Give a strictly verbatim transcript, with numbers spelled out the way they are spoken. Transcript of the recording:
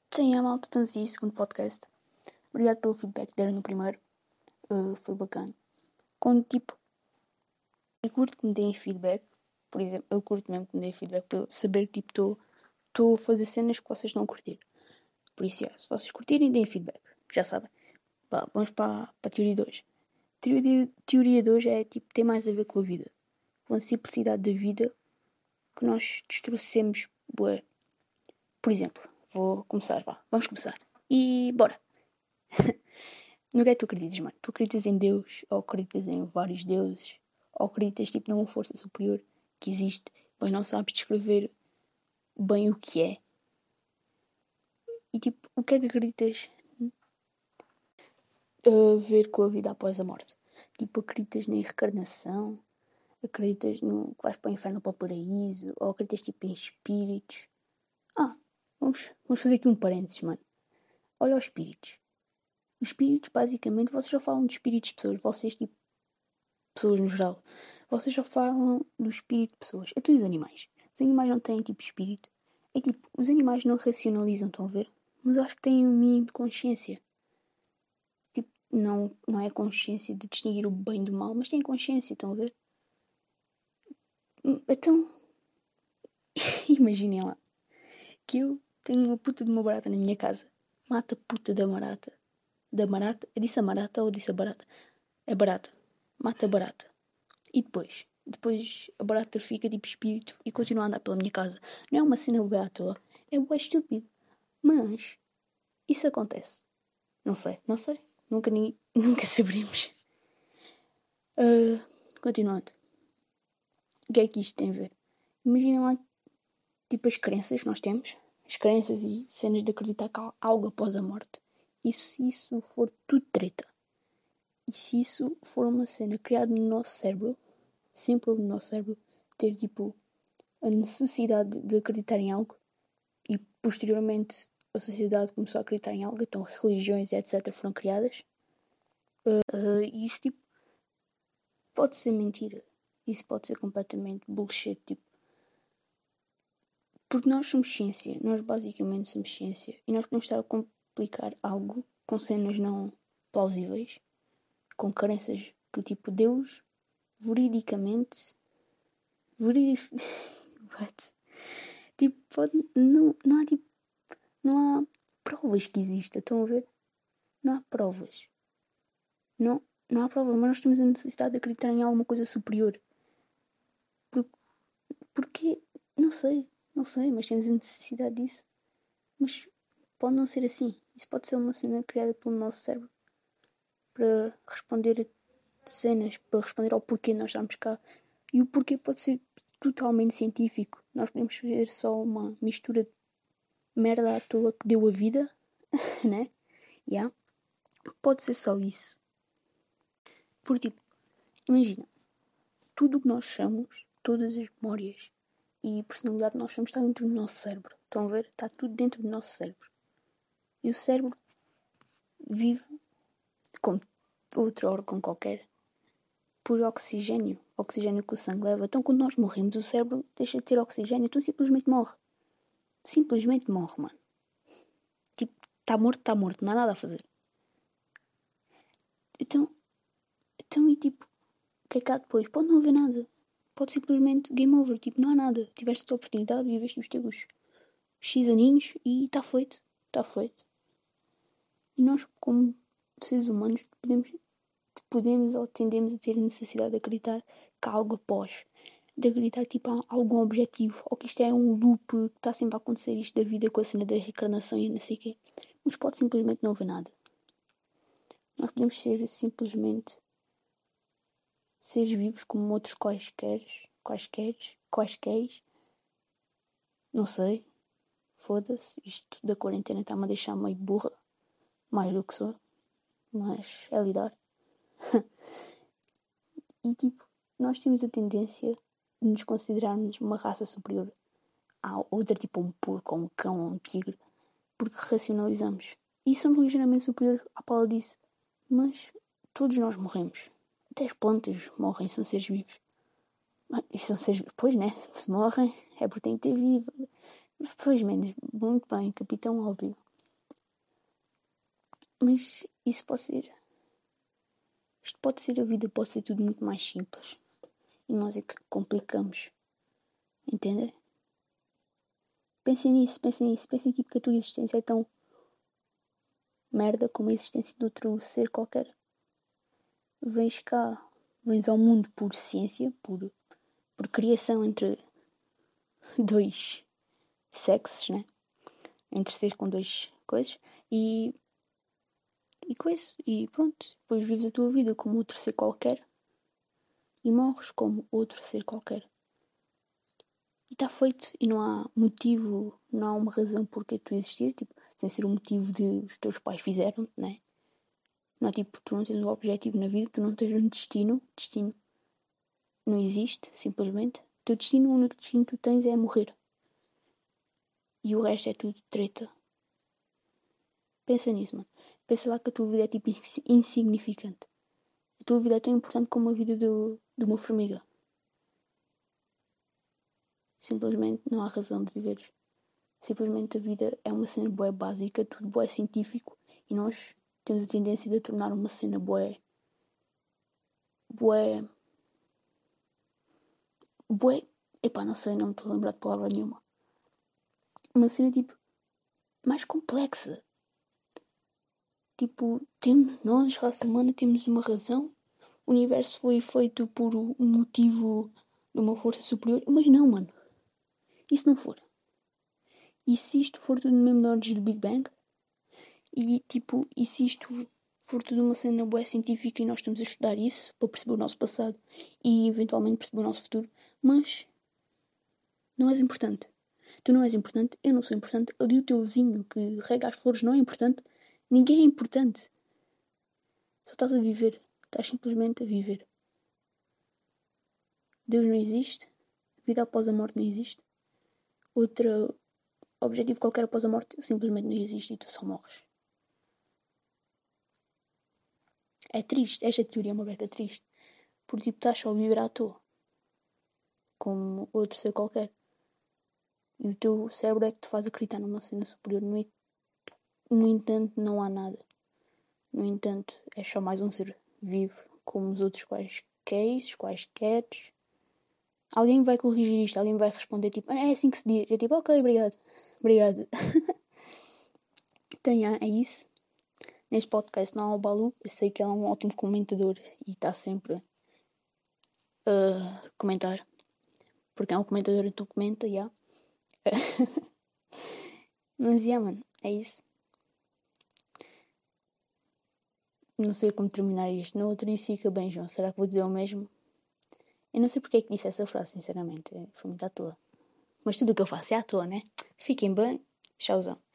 Sim, a malta, estamos aí, segundo podcast. Obrigado pelo feedback que deram no primeiro. Uh, foi bacana. Quando, tipo, eu curto que me deem feedback. Por exemplo, eu curto mesmo que me deem feedback para eu saber que, tipo, estou a fazer cenas que vocês não curtirem. Por isso, yeah, se vocês curtirem, deem feedback. Já sabem. Vá, vamos para, para a teoria de hoje. A teoria de, teoria de hoje é, tipo, tem mais a ver com a vida. Com a simplicidade da vida que nós destruímos. Bué. Por exemplo, vou começar, vá. Vamos começar. E bora. No que é que tu acreditas, mano? Tu acreditas em Deus, ou acreditas em vários deuses, ou acreditas tipo numa força superior que existe, mas não sabes descrever bem o que é? E tipo, o que é que acreditas a ver com a vida após a morte? Tipo, acreditas na reencarnação? Acreditas no que vais para o inferno ou para o paraíso? Ou acreditas tipo em espíritos? Ah, vamos, vamos fazer aqui um parênteses, mano. Olha os espíritos. Os espíritos, basicamente, vocês já falam de espíritos de pessoas. Vocês, tipo, pessoas no geral. Vocês já falam do espírito de pessoas. É tudo os animais. Os animais não têm, tipo, espírito. É tipo, os animais não racionalizam, estão a ver? Mas eu acho que têm um mínimo de consciência. Tipo, não, não é consciência de distinguir o bem do mal, mas têm consciência, estão a ver? Então, imaginem lá. Que eu tenho uma puta de uma barata na minha casa. Mata a puta da barata. Da barata? Eu disse a barata ou disse a barata? É barata. Mata a barata. E depois? Depois a barata fica tipo espírito e continua a andar pela minha casa. Não é uma cena bué à toa. É bué estúpido. Mas isso acontece. Não sei, não sei. Nunca, ninguém, nunca saberemos. Uh, continuando. O que é que isto tem a ver? Imaginem lá, tipo, as crenças que nós temos. As crenças e cenas de acreditar que há algo após a morte. E se isso for tudo treta? E se isso for uma cena criada no nosso cérebro, sempre no nosso cérebro, ter tipo a necessidade de acreditar em algo e posteriormente a sociedade começou a acreditar em algo, então religiões e etcétera foram criadas. Uh, e isso tipo pode ser mentira. Isso pode ser completamente bullshit, tipo. Porque nós somos ciência, nós basicamente somos ciência e nós podemos estar a complicar algo com cenas não plausíveis, com crenças que tipo Deus veridicamente veridic... What? Tipo, pode, não, não há tipo não há provas que exista, estão a ver? Não há provas. Não, não há provas, mas nós temos a necessidade de acreditar em alguma coisa superior. Por, porque, não sei, não sei, mas temos a necessidade disso. Mas pode não ser assim. Isso pode ser uma cena criada pelo nosso cérebro para responder a cenas, para responder ao porquê nós estamos cá. E o porquê pode ser totalmente científico. Nós podemos ser só uma mistura de merda à toa que deu a vida, né? Yeah. Pode ser só isso. Porque, tipo, imagina, tudo o que nós somos, todas as memórias e personalidade que nós somos está dentro do nosso cérebro. Estão a ver? Está tudo dentro do nosso cérebro. E o cérebro vive, como outro órgão qualquer, por oxigênio. Oxigênio que o sangue leva. Então, quando nós morremos, o cérebro deixa de ter oxigênio. Então, simplesmente morre. Simplesmente morre, mano. Tipo, está morto, está morto. Não há nada a fazer. Então, então e tipo, o que é que há depois? Pode não haver nada. Pode simplesmente game over. Tipo, não há nada. Tiveste a tua oportunidade, viveste os teus X aninhos e está feito. Está feito. E nós, como seres humanos, podemos, podemos ou tendemos a ter a necessidade de acreditar que há algo após. De acreditar que tipo, há algum objetivo. Ou que isto é um loop que está sempre a acontecer isto da vida com a cena da reencarnação e não sei o quê. Mas pode simplesmente não haver nada. Nós podemos ser simplesmente seres vivos como outros quaisquer, quaisquer, quaisquer, não sei, foda-se, isto da quarentena está-me a deixar meio burra, mais do que sou, mas é lidar. E tipo, nós temos a tendência de nos considerarmos uma raça superior à outra, tipo um porco, ou um cão, ou um tigre, porque racionalizamos. E somos ligeiramente superiores à pala disso, mas todos nós morremos. Até as plantas morrem, são seres vivos. E são seres vivos, pois né, se morrem é porque têm que ter vivo. Pois menos, muito bem, capitão óbvio. Mas isso pode ser... Isto pode ser a vida, pode ser tudo muito mais simples. E nós é que complicamos. Entende? Pensem nisso, pensem nisso. Pensem tipo que a tua existência é tão merda como a existência de outro ser qualquer. Vens cá, vens ao mundo por ciência, por, por criação entre dois sexos, né? Entre seres com dois coisas. E... E coisa. E pronto. Depois vives a tua vida como outro ser qualquer. E morres como outro ser qualquer. E está feito. E não há motivo, não há uma razão porque tu existir, tipo, sem ser o motivo de os teus pais fizeram, né? Não é tipo, tu não tens um objetivo na vida, tu não tens um destino. Destino não existe, simplesmente. O teu destino, o único destino que tu tens é morrer. E o resto é tudo treta. Pensa nisso, mano. Pensa lá que a tua vida é tipo insignificante. A tua vida é tão importante como a vida do, de uma formiga. Simplesmente não há razão de viveres. Simplesmente a vida é uma cena bué básica, tudo bué científico, e nós temos a tendência de a tornar uma cena bué... bué... bué... epá, não sei, não me estou a lembrar de palavra nenhuma. Uma cena tipo... mais complexa. Tipo, temos, nós, raça humana, temos uma razão. O universo foi feito por um motivo de uma força superior. Mas não, mano. E se não for? E se isto for tudo mesmo da origem do Big Bang? E tipo, e se isto for tudo uma cena bué científica e nós estamos a estudar isso para perceber o nosso passado e eventualmente perceber o nosso futuro, mas não és importante. Tu não és importante, eu não sou importante, ali o teu vizinho que rega as flores não é importante, ninguém é importante. Só estás a viver, estás simplesmente a viver. Deus não existe, vida após a morte não existe, outro objetivo qualquer após a morte simplesmente não existe e tu só morres. É triste, esta teoria é uma merda triste. Porque tipo, estás só a viver à toa. Como outro ser qualquer. E o teu cérebro é que te faz acreditar numa cena superior. No, no entanto, não há nada. No entanto, é só mais um ser vivo, como os outros quaisquer, quaisqueres. Alguém vai corrigir isto, alguém vai responder tipo, ah, é assim que se diz. Eu tipo, ok, obrigado. Obrigado. Então, yeah, é isso. Neste podcast não há o Balu. Eu sei que ela é um ótimo comentador e está sempre a comentar. Porque é um comentador, então comenta, já. Yeah. Mas, yeah, mano, é isso. Não sei como terminar isto. No outro disse fica bem, João. Será que vou dizer o mesmo? Eu não sei porque é que disse essa frase, sinceramente. Foi muito à toa. Mas tudo o que eu faço é à toa, né? Fiquem bem. Tchauzão.